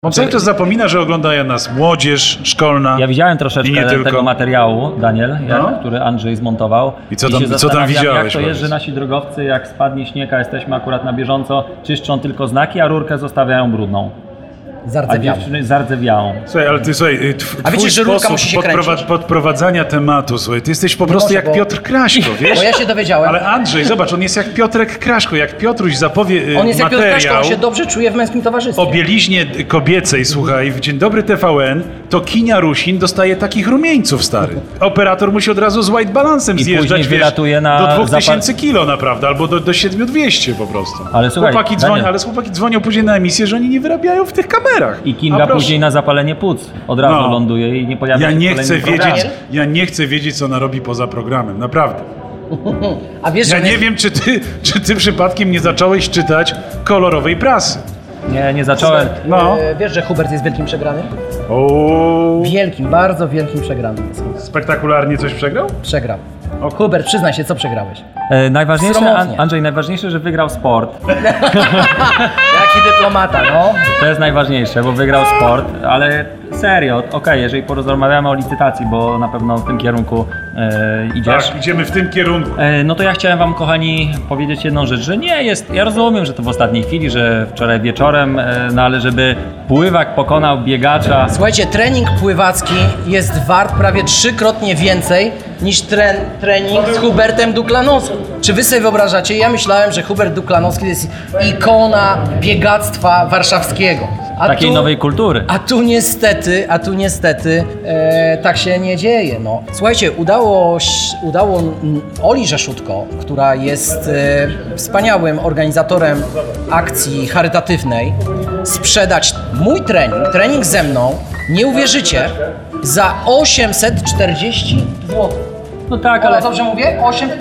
On cały czas zapomina, że ogląda nas młodzież szkolna. Ja widziałem troszeczkę tego materiału, Daniel, który Andrzej zmontował. I co tam widziałeś? Jak to jest, że nasi drogowcy, jak spadnie śnieg, a jesteśmy akurat na bieżąco, czyszczą tylko znaki, a rurkę zostawiają brudną. A dziewczyny zardzewiałą. Słuchaj, ale ty a wiecie, że rurka musi się podprowadzania tematu, słuchaj, ty jesteś po prostu jak Piotr Kraśko, wiesz? Bo ja się dowiedziałem. Ale Andrzej, zobacz, on jest jak Piotrek Kraszko, jak Piotruś zapowie on jest materiał, jak Piotr Kraszko, on się dobrze czuje w męskim towarzystwie. O bieliźnie kobiecej, słuchaj, w Dzień Dobry TVN, to Kinia Rusin dostaje takich rumieńców, stary. Operator musi od razu z white balancem zjeżdżać, wylatuje na do 2000 kilo naprawdę, albo do 7200 po prostu. Ale słuchaj, chłopaki dzwonią później na emisję, że oni nie wyrabiają w tych kamerach. I Kinga później na zapalenie płuc od razu ląduje i nie pojawia się Ja nie chcę wiedzieć, co ona robi poza programem, naprawdę. A wiesz, ja nie wiem, czy ty przypadkiem nie zacząłeś czytać kolorowej prasy. Nie zacząłem. Wiesz, że Hubert jest wielkim przegranym? Wielkim, bardzo wielkim przegranym jest. Spektakularnie coś przegrał? Przegrał. Hubert, przyznaj się, co przegrałeś? Najważniejsze, Andrzej, najważniejsze, że wygrał sport. Jaki dyplomata, no. To jest najważniejsze, bo wygrał sport, ale serio, jeżeli porozmawiamy o licytacji, bo na pewno w tym kierunku idziesz. Tak, idziemy w tym kierunku. No to ja chciałem wam, kochani, powiedzieć jedną rzecz, że nie jest, ja rozumiem, że to w ostatniej chwili, że wczoraj wieczorem, ale żeby pływak pokonał biegacza. Słuchajcie, trening pływacki jest wart prawie 3-krotnie więcej niż trening z Hubertem Duklanowskim. Czy wy sobie wyobrażacie? Ja myślałem, że Hubert Duklanowski to jest ikona biegactwa warszawskiego. Takiej nowej kultury. A tu niestety tak się nie dzieje. No. Słuchajcie, udało Oli Rzeszutko, która jest wspaniałym organizatorem akcji charytatywnej, sprzedać mój trening ze mną, nie uwierzycie, za 840 zł. No tak, ale... Dobrze mówię?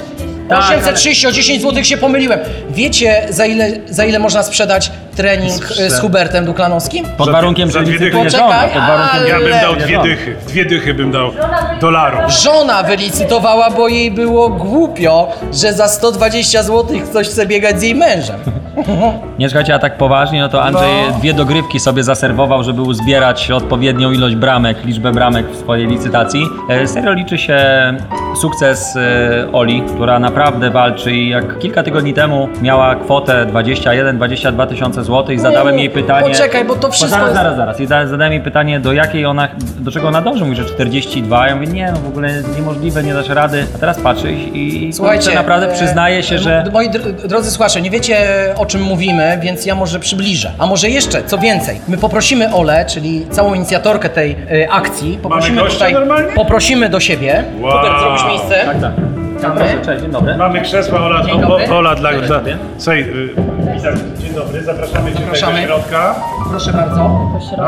830, o 10 zł się pomyliłem. Wiecie, za ile można sprzedać trening z Hubertem Duklanowskim? Pod warunkiem, że licytuje żona. Ja bym dał dwie dychy bym dał dolarów. Żona wylicytowała, bo jej było głupio, że za 120 zł ktoś chce biegać z jej mężem. Nie, słuchajcie, a tak poważnie, no to Andrzej 2 dogrywki sobie zaserwował, żeby uzbierać odpowiednią ilość bramek, liczbę bramek w swojej licytacji. Serio liczy się sukces Oli, która naprawdę walczy i jak kilka tygodni temu miała kwotę 21-22 tysiące złotych i zadałem jej pytanie... Poczekaj, bo to wszystko... Zaraz. I zadałem jej pytanie, do czego ona dąży. Mówi, że 42. Ja mówię, nie, no w ogóle niemożliwe, nie dasz rady. A teraz patrzę i słuchajcie, naprawdę przyznaje się, że... Moi drodzy słuchacze, nie wiecie, o czym mówimy, więc ja może przybliżę. A może jeszcze, co więcej, my poprosimy Olę, czyli całą inicjatorkę tej akcji, poprosimy do siebie. Wow. Hubert, zrobisz miejsce? Tak. Cześć, dzień dobry. Mamy krzesła, Ola dla... Słuchaj, dzień dobry, zapraszamy Cię do środka. Proszę bardzo.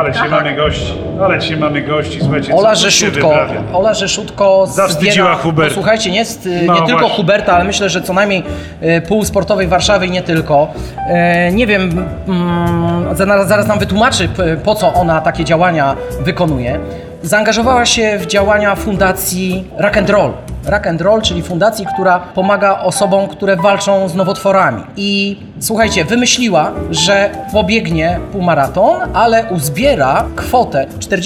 Ale dzisiaj mamy gości, słuchajcie, Ola Rzeszutko zawstydziła Hubert. Słuchajcie, nie tylko Huberta, ale myślę, że co najmniej pół sportowej Warszawy i nie tylko. Nie wiem, zaraz nam wytłumaczy, po co ona takie działania wykonuje. Zaangażowała się w działania fundacji Rock and Roll, czyli fundacji, która pomaga osobom, które walczą z nowotworami. I słuchajcie, wymyśliła, że pobiegnie półmaraton, ale uzbiera kwotę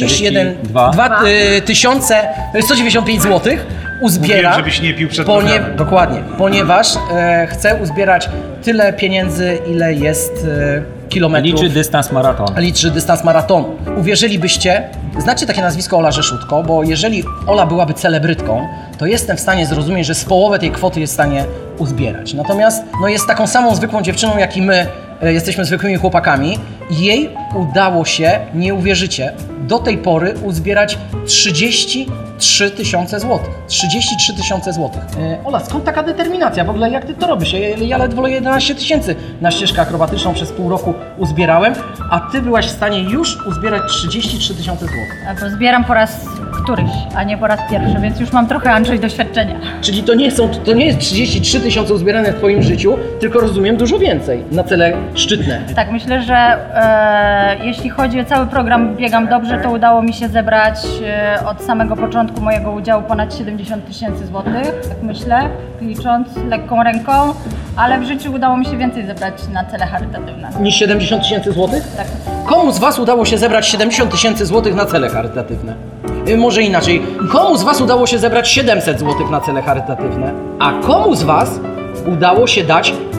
195 zł. Uzbiera, mówiłem, żebyś nie pił przed programem. Dokładnie, ponieważ chce uzbierać tyle pieniędzy, ile jest kilometrów. Liczy dystans maratonu. Uwierzylibyście, znacie takie nazwisko Ola Rzeszutko, bo jeżeli Ola byłaby celebrytką, to jestem w stanie zrozumieć, że z połowę tej kwoty jest w stanie uzbierać. Natomiast jest taką samą zwykłą dziewczyną, jak i my jesteśmy zwykłymi chłopakami. Jej udało się, nie uwierzycie, do tej pory uzbierać 33 tysiące złotych. 33 tysiące złotych. Ola, skąd taka determinacja? W ogóle jak ty to robisz? Ja ledwo 11 tysięcy na ścieżkę akrobatyczną przez pół roku uzbierałem, a ty byłaś w stanie już uzbierać 33 tysiące złotych. Bo zbieram po raz któryś, a nie po raz pierwszy, więc już mam trochę, Andrzej, doświadczenia. Czyli to nie jest 33 tysiące uzbierane w twoim życiu, tylko rozumiem dużo więcej na cele szczytne. Tak, myślę, że jeśli chodzi o cały program Biegam Dobrze, to udało mi się zebrać od samego początku mojego udziału ponad 70 000 złotych, tak myślę, licząc lekką ręką, ale w życiu udało mi się więcej zebrać na cele charytatywne. Niż 70 000 złotych? Tak. Komu z Was udało się zebrać 70 000 złotych na cele charytatywne? Może inaczej, komu z Was udało się zebrać 700 złotych na cele charytatywne? A komu z Was udało się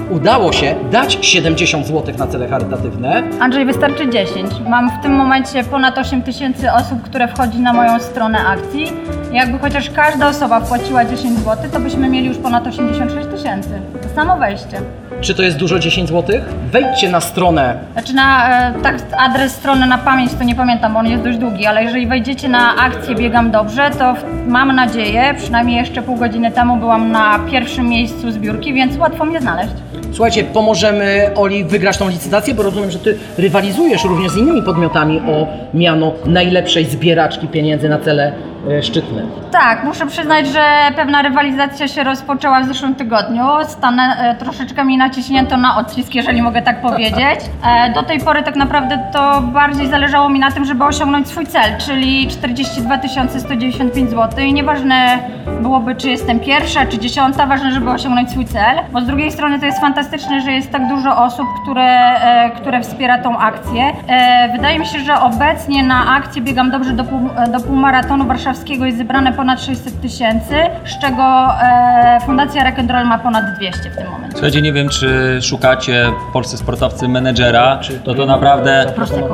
dać 70 zł na cele charytatywne? Andrzej, wystarczy 10. Mam w tym momencie ponad 8 000 osób, które wchodzi na moją stronę akcji. Jakby chociaż każda osoba wpłaciła 10 zł, to byśmy mieli już ponad 86 000. To samo wejście. Czy to jest dużo 10 zł? Wejdźcie na stronę. Znaczy tak adres strony na pamięć to nie pamiętam, bo on jest dość długi, ale jeżeli wejdziecie na akcję Biegam Dobrze, to mam nadzieję, przynajmniej jeszcze pół godziny temu byłam na pierwszym miejscu zbiórki, więc łatwo mnie znaleźć. Słuchajcie, pomożemy Oli wygrać tą licytację, bo rozumiem, że Ty rywalizujesz również z innymi podmiotami o miano najlepszej zbieraczki pieniędzy na cele szczytne. Tak, muszę przyznać, że pewna rywalizacja się rozpoczęła w zeszłym tygodniu. Troszeczkę mi naciśnięto na odcisk, jeżeli mogę tak powiedzieć. Do tej pory tak naprawdę to bardziej zależało mi na tym, żeby osiągnąć swój cel, czyli 42 195 zł. I nieważne byłoby, czy jestem pierwsza, czy 10, ważne, żeby osiągnąć swój cel. Bo z drugiej strony to jest fantastyczne, że jest tak dużo osób, które wspiera tą akcję. Wydaje mi się, że obecnie na akcję Biegam Dobrze do półmaratonu warszawskiego jest zebrane ponad 600 000, z czego Fundacja Rock and Roll ma ponad 200 w tym momencie. Słuchajcie, nie wiem, czy szukacie polscy sportowcy menedżera, to naprawdę...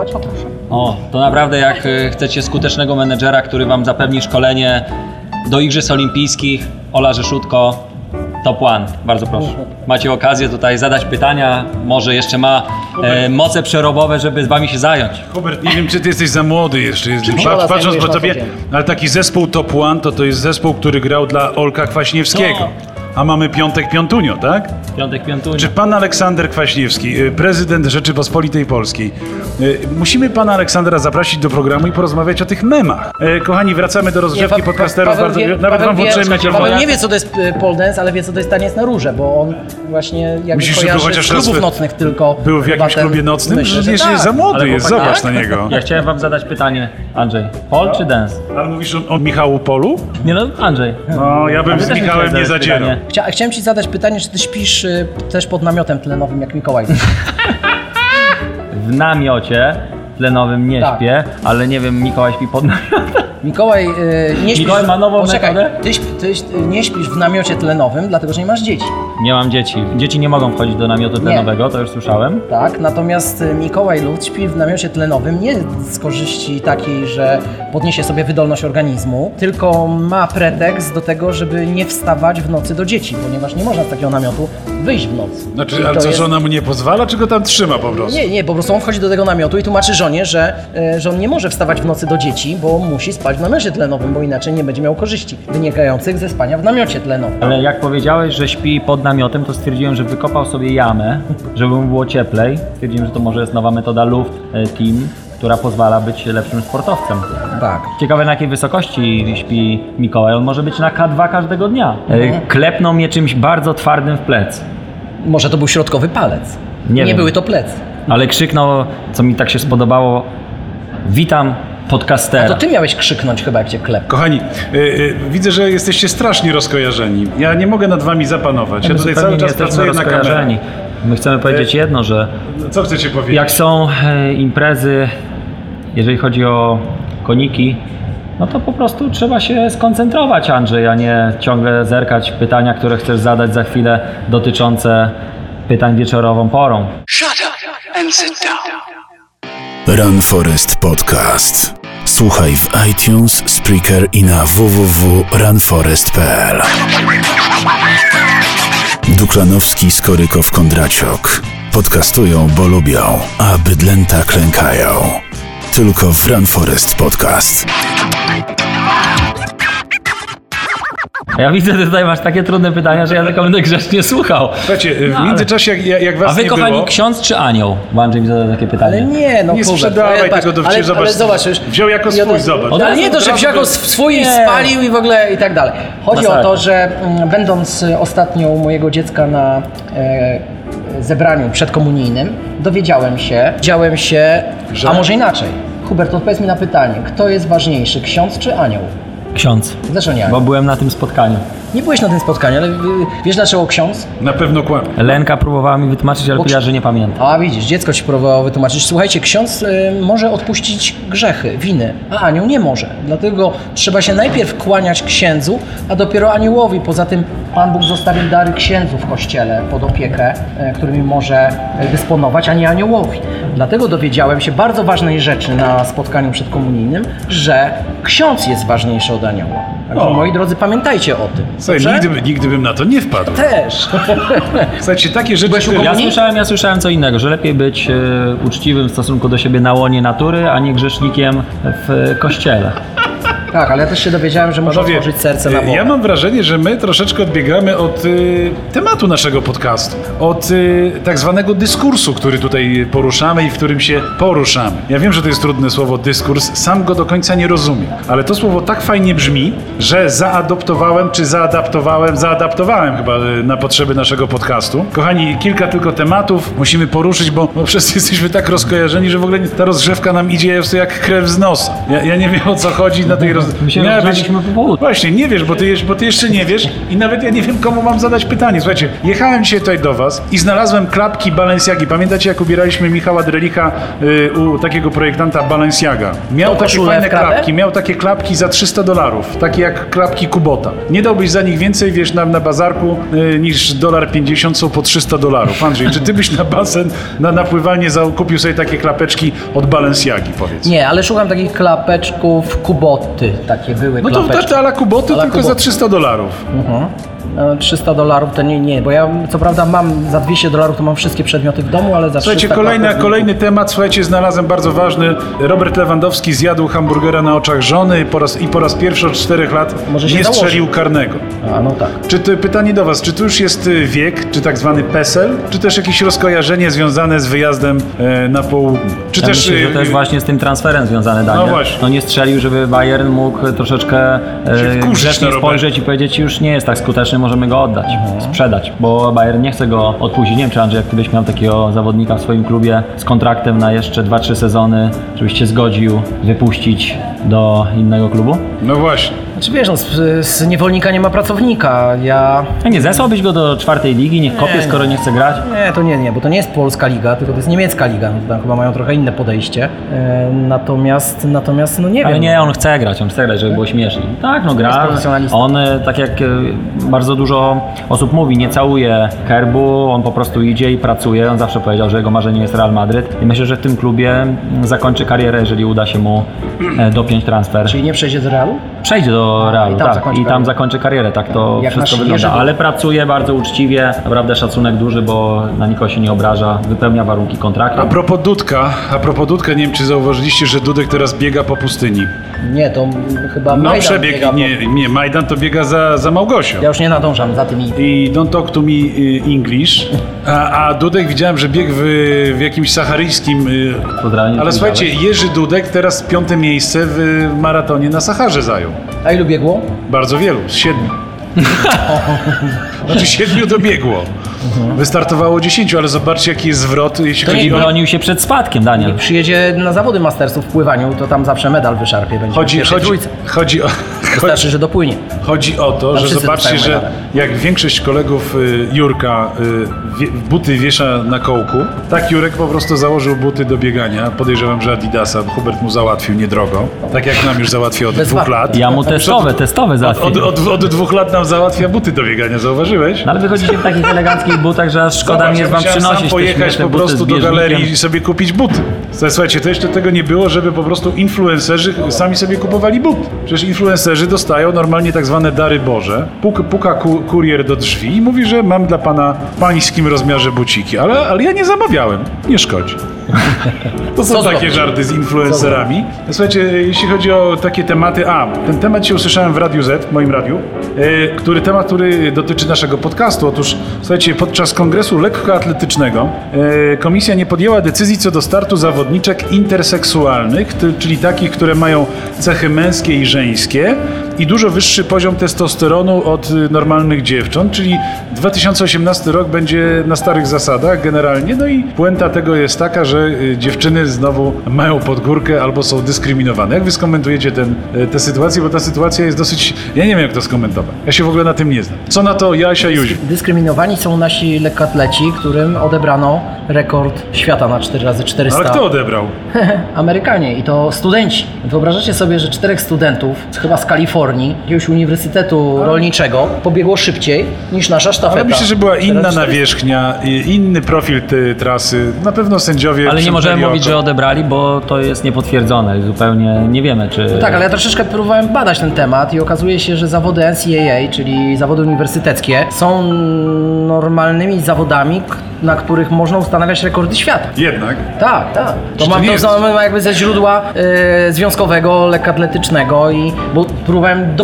To naprawdę jak chcecie skutecznego menedżera, który wam zapewni szkolenie do Igrzysk Olimpijskich, Ola Rzeszutko, top one. Bardzo proszę. Macie okazję tutaj zadać pytania, może jeszcze ma moce przerobowe, żeby z wami się zająć. Hubert, nie wiem, czy ty jesteś za młody jeszcze. Ola Patrząc zajmujesz po na tobie, co dzień? ale taki zespół Top One to jest zespół, który grał dla Olka Kwaśniewskiego. No. A mamy Piątek Piątunio, tak? Piątek, piątunio. Czy pan Aleksander Kwaśniewski, prezydent Rzeczypospolitej Polskiej, musimy pana Aleksandra zaprosić do programu i porozmawiać o tych memach. Kochani, wracamy do rozgrzewki podcasterów. Nawet wam włączyłem mikrofon. Paweł nie wie, co to jest pole dance, ale wie, co to jest taniec na róże, bo on właśnie jakby Myślisz, że był kojarzy chociaż z klubów raz nocnych tylko. Był w jakimś chyba ten- klubie nocnym? Myślę, że Jeszcze tak. jest za młody, Ale jest, chłopaki, zobacz na niego. Ja chciałem wam zadać pytanie, Andrzej. Pol czy dance? Ale mówisz o Michału Polu? Nie no, Andrzej. No, ja A bym wy z też mi Michałem chciałeś nie zadać zadzierał. pytanie. Chciałem ci zadać pytanie, czy ty śpisz też pod namiotem tlenowym jak Mikołaj? W namiocie tlenowym nie Tak. śpię, ale nie wiem, Mikołaj śpi pod namiotem. Mikołaj, nie śpisz... Mikołaj ma nową Poczekaj, metodę? ty nie śpisz w namiocie tlenowym, dlatego że nie masz dzieci. Nie mam dzieci. Dzieci nie mogą wchodzić do namiotu tlenowego, to już słyszałem. Tak, natomiast Mikołaj Lud śpi w namiocie tlenowym nie z korzyści takiej, że podniesie sobie wydolność organizmu, tylko ma pretekst do tego, żeby nie wstawać w nocy do dzieci, ponieważ nie można z takiego namiotu wyjść w nocy. Znaczy, I ale to co, jest- żona mu nie pozwala, czy go tam trzyma po prostu? Nie, po prostu on wchodzi do tego namiotu i tłumaczy żonie, że on nie może wstawać w nocy do dzieci, bo musi spać w namiocie tlenowym, bo inaczej nie będzie miał korzyści wynikających ze spania w namiocie tlenowym. Ale jak powiedziałeś, że śpi pod namiotem, to stwierdziłem, że wykopał sobie jamę, żeby mu było cieplej. Stwierdziłem, że to może jest nowa metoda Luft Team, która pozwala być lepszym sportowcem. Tak. Ciekawe, na jakiej wysokości śpi Mikołaj. On może być na K2 każdego dnia. Klepnął mnie czymś bardzo twardym w plec. Może to był środkowy palec. Nie wiem. były to plecy. Ale krzyknął, co mi tak się spodobało: witam podcastera. To ty miałeś krzyknąć chyba, jak cię klep. Kochani, widzę, że jesteście strasznie rozkojarzeni. Ja nie mogę nad wami zapanować. Ja My tutaj zupełnie cały nie czas jesteśmy pracuję na kamerę. rozkojarzeni. My chcemy powiedzieć jedno, że Co chcecie powiedzieć? jak są imprezy, jeżeli chodzi o koniki, no to po prostu trzeba się skoncentrować, Andrzej, a nie ciągle zerkać pytania, które chcesz zadać za chwilę, dotyczące pytań wieczorową porą. Shut up and sit down. Run Forest Podcast. Słuchaj w iTunes, Spreaker i na www.runforest.pl. Duklanowski, Skorykow, Kondraciok. Podcastują, bo lubią, a bydlęta klękają. Tylko w Run Forest Podcast. Ja widzę, że tutaj masz takie trudne pytania, że ja tylko będę grzecznie słuchał. Słuchajcie, w ale- międzyczasie jak was A wy, nie kochani, było... ksiądz czy anioł? Bo Andrzej mi zada takie pytanie. Ale nie, no Nie Hubert, sprzedawaj patrz, tego dowcipu, zobacz. ale zobacz już. Wziął jako swój, zobacz. Ale nie to, że wziął jako swój i spalił i w ogóle i tak dalej. Chodzi o Masakra. to, że będąc ostatnio u mojego dziecka na zebraniu przedkomunijnym dowiedziałem się, Że? a może inaczej. Hubert, odpowiedz mi na pytanie, kto jest ważniejszy, ksiądz czy anioł? Ksiądz. Dlaczego nie Bo anioł? byłem na tym spotkaniu. Nie byłeś na tym spotkaniu, ale wiesz dlaczego ksiądz? Na pewno kłamie. Lenka próbowała mi wytłumaczyć, ale powiedziała, że nie pamiętam. A widzisz, dziecko ci próbowało wytłumaczyć. Słuchajcie, ksiądz może odpuścić grzechy, winy, a anioł nie może. Dlatego trzeba się najpierw kłaniać księdzu, a dopiero aniołowi. Poza tym Pan Bóg zostawił dary księdzu w kościele pod opiekę, którymi może dysponować, a nie aniołowi. Dlatego dowiedziałem się bardzo ważnej rzeczy na spotkaniu przedkomunijnym, że ksiądz jest ważniejszy od anioła. Także moi drodzy, pamiętajcie o tym. Słuchaj, nigdy bym na to nie wpadł. Też. Słuchajcie, takie rzeczy... Byłeś u Ja słyszałem co innego, że lepiej być uczciwym w stosunku do siebie na łonie natury, a nie grzesznikiem w kościele. Tak, ale ja też się dowiedziałem, że można Panowie, otworzyć serce na Boga. Ja mam wrażenie, że my troszeczkę odbiegamy od tematu naszego podcastu, od tak zwanego dyskursu, który tutaj poruszamy i w którym się poruszamy. Ja wiem, że to jest trudne słowo dyskurs, sam go do końca nie rozumiem, ale to słowo tak fajnie brzmi, że zaadaptowałem chyba na potrzeby naszego podcastu. Kochani, kilka tylko tematów musimy poruszyć, bo wszyscy jesteśmy tak rozkojarzeni, że w ogóle ta rozgrzewka nam idzie jak krew z nosa. Ja nie wiem, o co chodzi na tej My się rozgrzaliśmy po południu. Właśnie, nie wiesz, bo ty jeszcze nie wiesz i nawet ja nie wiem, komu mam zadać pytanie. Słuchajcie, jechałem dzisiaj tutaj do was i znalazłem klapki Balenciagi. Pamiętacie, jak ubieraliśmy Michała Drelicha u takiego projektanta Balenciaga? Miał Tą takie koszulę fajne w kratę? klapki, miał takie klapki za $300, takie jak klapki Kubota. Nie dałbyś za nich więcej, wiesz, na bazarku niż $1.50 są po $300. Andrzej, czy ty byś na basen, na pływalnię kupił sobie takie klapeczki od Balenciagi, powiedz? Nie, ale szukam takich klapeczków Kuboty. Takie były No to klapeczki. a la Kuboty, A la tylko Kuboty. za $300. $300 to nie, bo ja co prawda mam za $200 to mam wszystkie przedmioty w domu, ale za Słuchajcie, 300 kolejny temat, słuchajcie, znalazłem bardzo ważny. Robert Lewandowski zjadł hamburgera na oczach żony i po raz pierwszy od 4 lat Może się nie założy. strzelił karnego. A no tak. Czy to pytanie do was, czy to już jest wiek, czy tak zwany PESEL, czy też jakieś rozkojarzenie związane z wyjazdem na południe? Czy Ja też myślę, że to jest właśnie z tym transferem związane, Daniel. No właśnie. No nie strzelił, żeby Bayern mógł troszeczkę wkurzyć grzecznie na spojrzeć i powiedzieć, już nie jest tak skuteczny, możemy go oddać, sprzedać, bo Bayern nie chce go odpuścić. Nie wiem, czy Andrzej, jak ty byś miał takiego zawodnika w swoim klubie z kontraktem na jeszcze 2-3 sezony, żebyś się zgodził wypuścić do innego klubu? No właśnie. Znaczy wiesz, no, z niewolnika nie ma pracownika. Ja... A nie zesłałbyś go do 4. ligi, niech kopie, skoro nie chce grać? Nie, bo to nie jest polska liga, tylko to jest niemiecka liga. No, tam chyba mają trochę inne podejście. Natomiast no nie Ale wiem. nie, on chce grać, żeby było śmiesznie. Tak, no gra. profesjonalista. On, tak jak bardzo dużo osób mówi, nie całuje herbu, on po prostu idzie i pracuje. On zawsze powiedział, że jego marzenie jest Real Madryt. I myślę, że w tym klubie zakończy karierę, jeżeli uda się mu dopiąć transfer. Czyli nie przejdzie do Realu? Przejdzie do Realu, i tam tak. zakończy I tam karierę. zakończy karierę, tak to Jak wszystko nasz wygląda. Jerzy- Ale pracuje bardzo uczciwie, naprawdę szacunek duży, bo na nikogo się nie obraża, wypełnia warunki kontraktu. A propos Dudka, nie wiem, czy zauważyliście, że Dudek teraz biega po pustyni. Nie, to chyba No Majdan przebieg, biega, bo nie, Majdan to biega za Małgosią. Ja już nie nadążam za tymi. I don't talk to me English. A Dudek widziałem, że biegł w jakimś saharyjskim... Pozdrawiam, Ale nie słuchajcie, Jerzy Dudek teraz 5. miejsce w maratonie na Saharze zajął. A ilu biegło? Bardzo wielu, z 7. Znaczy 7 dobiegło. Wystartowało 10, ale zobaczcie, jaki jest zwrot, jeśli To nie chodzi o... Bronił się przed spadkiem, Daniel. Jak przyjedzie na zawody mastersów w pływaniu, to tam zawsze medal wyszarpie. Będzie w pierwszej trójce. Wystarczy, że dopłynie. Chodzi o to, że wszyscy zobaczcie, dostają że medale. jak większość kolegów Jurka buty wiesza na kołku, tak Jurek po prostu założył buty do biegania. Podejrzewam, że Adidasa, Hubert mu załatwił niedrogo. Tak jak nam już załatwił od Bez 2 wad. lat. Ja mu testowe załatwiłem. Od 2 lat nam załatwia buty do biegania, zauważyłeś? No ale wychodzicie w takich eleganckich butach, że aż szkoda mi jest wam musiałem przynosić sam te pojechać śmieszne po buty prostu z do bieżnikiem. galerii i sobie kupić buty. Słuchajcie, to jeszcze tego nie było, żeby po prostu influencerzy sami sobie kupowali buty. Przecież influencerzy dostają normalnie tak zwane dary Boże. Puka kurier do drzwi i mówi, że mam dla pana w pańskim rozmiarze buciki. Ale ja nie zamawiałem. Nie szkodzi. To są Co takie zrobić? żarty z influencerami. Słuchajcie, jeśli chodzi o takie tematy, ten temat się usłyszałem w Radiu Z, w moim radiu, który dotyczy naszego podcastu. Otóż, słuchajcie, podczas kongresu lekkoatletycznego komisja nie podjęła decyzji co do startu zawodniczek interseksualnych, czyli takich, które mają cechy męskie i żeńskie, i dużo wyższy poziom testosteronu od normalnych dziewcząt, czyli 2018 rok będzie na starych zasadach generalnie, no i puenta tego jest taka, że dziewczyny znowu mają pod górkę albo są dyskryminowane. Jak wy skomentujecie tę sytuację, bo ta sytuacja jest dosyć... Ja nie wiem, jak to skomentować. Ja się w ogóle na tym nie znam. Co na to Jasia Józi? Dyskryminowani są nasi lekkoatleci, którym odebrano rekord świata na 4x400. Ale kto odebrał? Amerykanie i to studenci. Wyobrażacie sobie, że 4 studentów, chyba z Kalifornii, jakiegoś uniwersytetu rolniczego, pobiegło szybciej niż nasza sztafeta. Ale myślę, że była inna nawierzchnia, inny profil tej trasy. Na pewno sędziowie... Ale nie możemy przymknęli mówić, oko. że odebrali, bo to jest niepotwierdzone i zupełnie nie wiemy, czy... Tak, ale ja troszeczkę próbowałem badać ten temat i okazuje się, że zawody NCAA, czyli zawody uniwersyteckie, są normalnymi zawodami, na których można ustanawiać rekordy świata. Jednak. Tak, tak. To Czy mam to to jest? jakby ze źródła związkowego, lekkoatletycznego i bo próbowałem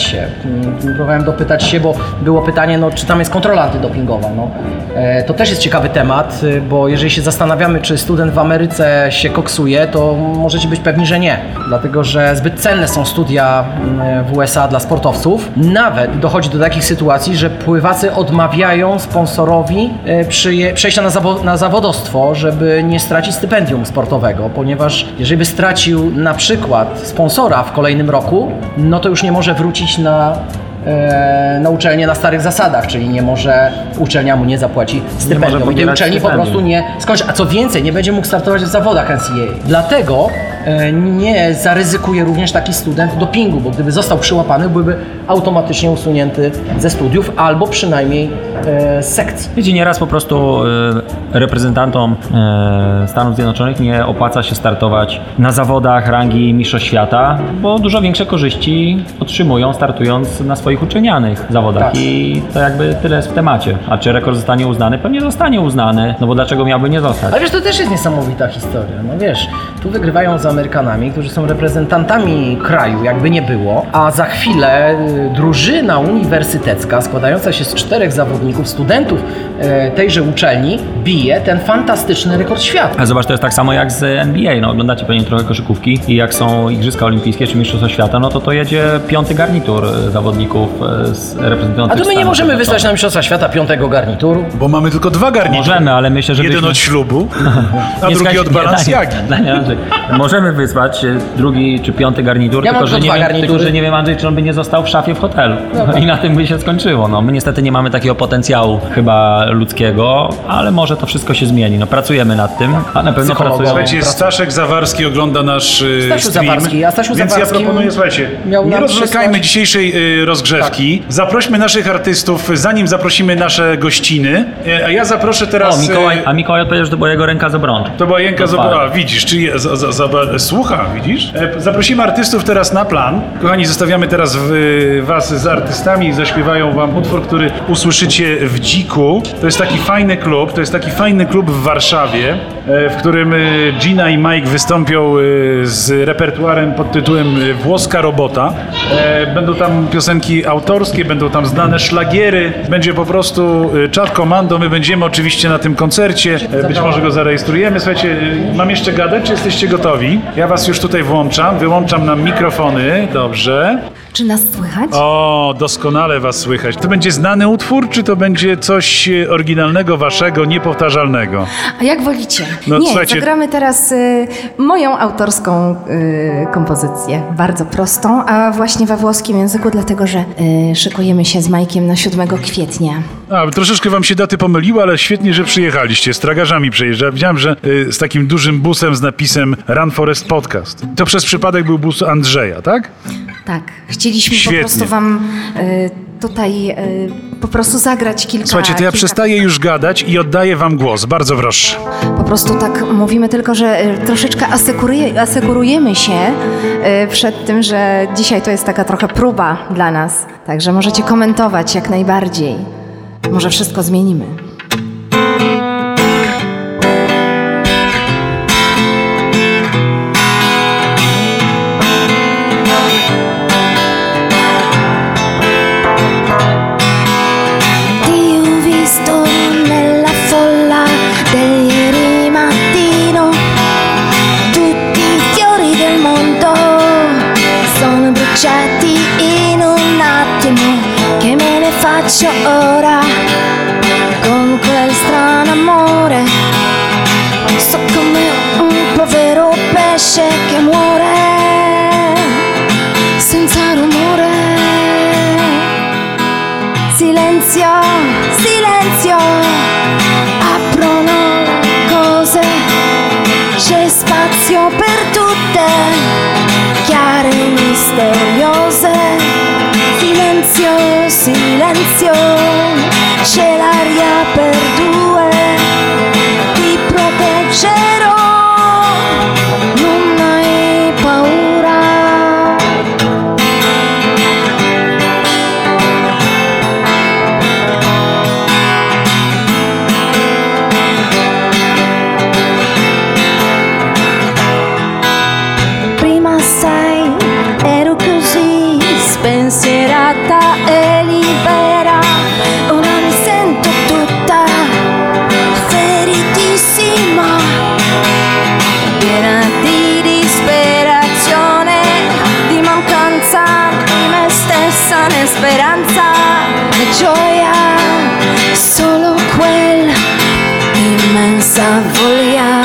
dopytać się, bo było pytanie, no, czy tam jest kontrola antydopingowa. No. To też jest ciekawy temat, bo jeżeli się zastanawiamy, czy student w Ameryce się koksuje, to możecie być pewni, że nie. Dlatego, że zbyt cenne są studia w USA dla sportowców. Nawet dochodzi do takich sytuacji, że pływacy odmawiają sponsorowi przejścia na zawodowstwo, żeby nie stracić stypendium sportowego, ponieważ jeżeli by stracił na przykład sponsora w kolejnym roku, no to już nie może wrócić na uczelnię na starych zasadach, czyli nie może, uczelnia mu nie zapłaci stypendium i tej pobierać uczelni po stypendium. prostu nie skończy. A co więcej, nie będzie mógł startować w zawodach NCAA. Dlatego nie zaryzykuje również taki student dopingu, bo gdyby został przyłapany, byłby automatycznie usunięty ze studiów albo przynajmniej z sekcji. Wiecie, nieraz po prostu reprezentantom Stanów Zjednoczonych nie opłaca się startować na zawodach rangi mistrzostw świata, bo dużo większe korzyści otrzymują startując na swoich uczelnianych zawodach. Tak. I to jakby tyle jest w temacie. A czy rekord zostanie uznany? Pewnie zostanie uznany, no bo dlaczego miałby nie zostać? Ale wiesz, to też jest niesamowita historia. No wiesz, tu wygrywają z Amerykanami, którzy są reprezentantami kraju, jakby nie było, a za chwilę drużyna uniwersytecka składająca się z 4 zawodników, studentów tejże uczelni bije ten fantastyczny rekord świata. A zobacz, to jest tak samo jak z NBA. No, oglądacie pewnie trochę koszykówki i jak są Igrzyska Olimpijskie czy Mistrzostwa Świata, no to jedzie 5. garnitur zawodników reprezentujących A to my nie Stany możemy Zjednoczone. wysłać na Mistrzostwa Świata 5. garnituru. Bo mamy tylko 2 garnitury. Możemy, ale myślę, że Jeden od ślubu, a drugi od Balenciagi. Możemy wysłać 2. czy 5. garnitur, Ja mam tylko, że tylko nie 2 wiem, garnitury. tylko że nie wiem, Andrzej, czy on by nie został w szafie w hotelu. I na tym by się skończyło. No, my niestety nie mamy takiego potencjału chyba ludzkiego, ale może to wszystko się zmieni. No, pracujemy nad tym, a na pewno Psychologą. pracujemy. Słuchajcie, Staszek Zawarski ogląda nasz Stasiu stream, Zawarski, a Stasiu więc Zawarski ja proponuję, słuchajcie, miał nie nam rozwlekajmy przysłać- dzisiejszej rozgrzewki. Zaprośmy naszych artystów, zanim zaprosimy nasze gościny, a ja zaproszę teraz... A Mikołaj odpowiedział, że to była jego ręka z obrączką. To była Jęka Rozwalę. Zobola, widzisz, czyli słucha, widzisz? Zaprosimy artystów teraz na plan. Kochani, zostawiamy teraz was z artystami, zaśpiewają wam utwór, który usłyszycie w Dziku. To jest taki fajny klub w Warszawie, w którym Gina i Mike wystąpią z repertuarem pod tytułem Włoska Robota. Będą tam piosenki autorskie, będą tam znane szlagiery, będzie po prostu czat komando, my będziemy oczywiście na tym koncercie, być może go zarejestrujemy. Słuchajcie, mam jeszcze gadać, czy jesteście gotowi? Ja was już tutaj wyłączam nam mikrofony, dobrze. Czy nas słychać? O, doskonale was słychać. To będzie znany utwór, czy to będzie coś oryginalnego, waszego, niepowtarzalnego? A jak wolicie? No, Nie, słuchajcie- zagramy teraz moją autorską kompozycję. Bardzo prostą, a właśnie we włoskim języku, dlatego że szykujemy się z Majkiem na 7 kwietnia. A, troszeczkę wam się daty pomyliły, ale świetnie, że przyjechaliście. Z tragarzami przyjeżdża. Widziałem, że z takim dużym busem z napisem Run Forest Podcast. To przez przypadek był bus Andrzeja, tak? Tak, chcieliśmy Świetnie. po prostu wam tutaj po prostu zagrać kilka... Słuchajcie, to ja kilka- przestaję już gadać i oddaję wam głos. Bardzo proszę. Po prostu tak mówimy tylko, że troszeczkę asekurujemy się przed tym, że dzisiaj to jest taka trochę próba dla nas. Także możecie komentować jak najbardziej. Może wszystko zmienimy. Ti ho visto nella folla del ieri mattino, tutti i fiori del mondo sono bruciati in faccio ora con quel strano amore. Sto come un povero pesce che muore senza rumore. Silenzio, silenzio, aprono le cose, c'è spazio per tutte, chiare e misteriose. Silenzio, silenzio, c'è l'aria per due, ti proteggerò, non hai paura. Prima sai, ero così spensierata e libera, ora mi sento tutta feritissima, piena di disperazione, di mancanza di me stessa, né speranza né gioia, solo quell'immensa voglia.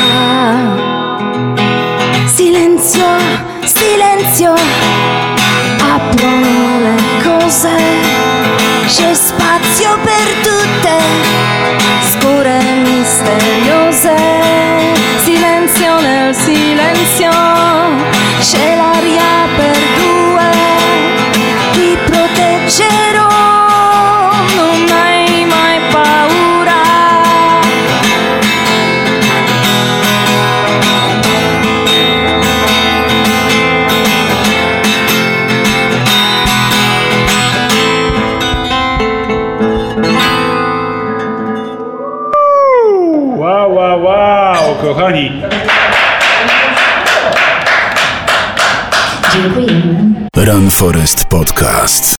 Silenzio, silenzio, aprono le cose, c'è spazio per tutte, scure e misteriose. Silenzio nel silenzio, c'è l'aria per due, ti proteggerò, non hai mai paura. Wow, kochani. Run Forest Podcast.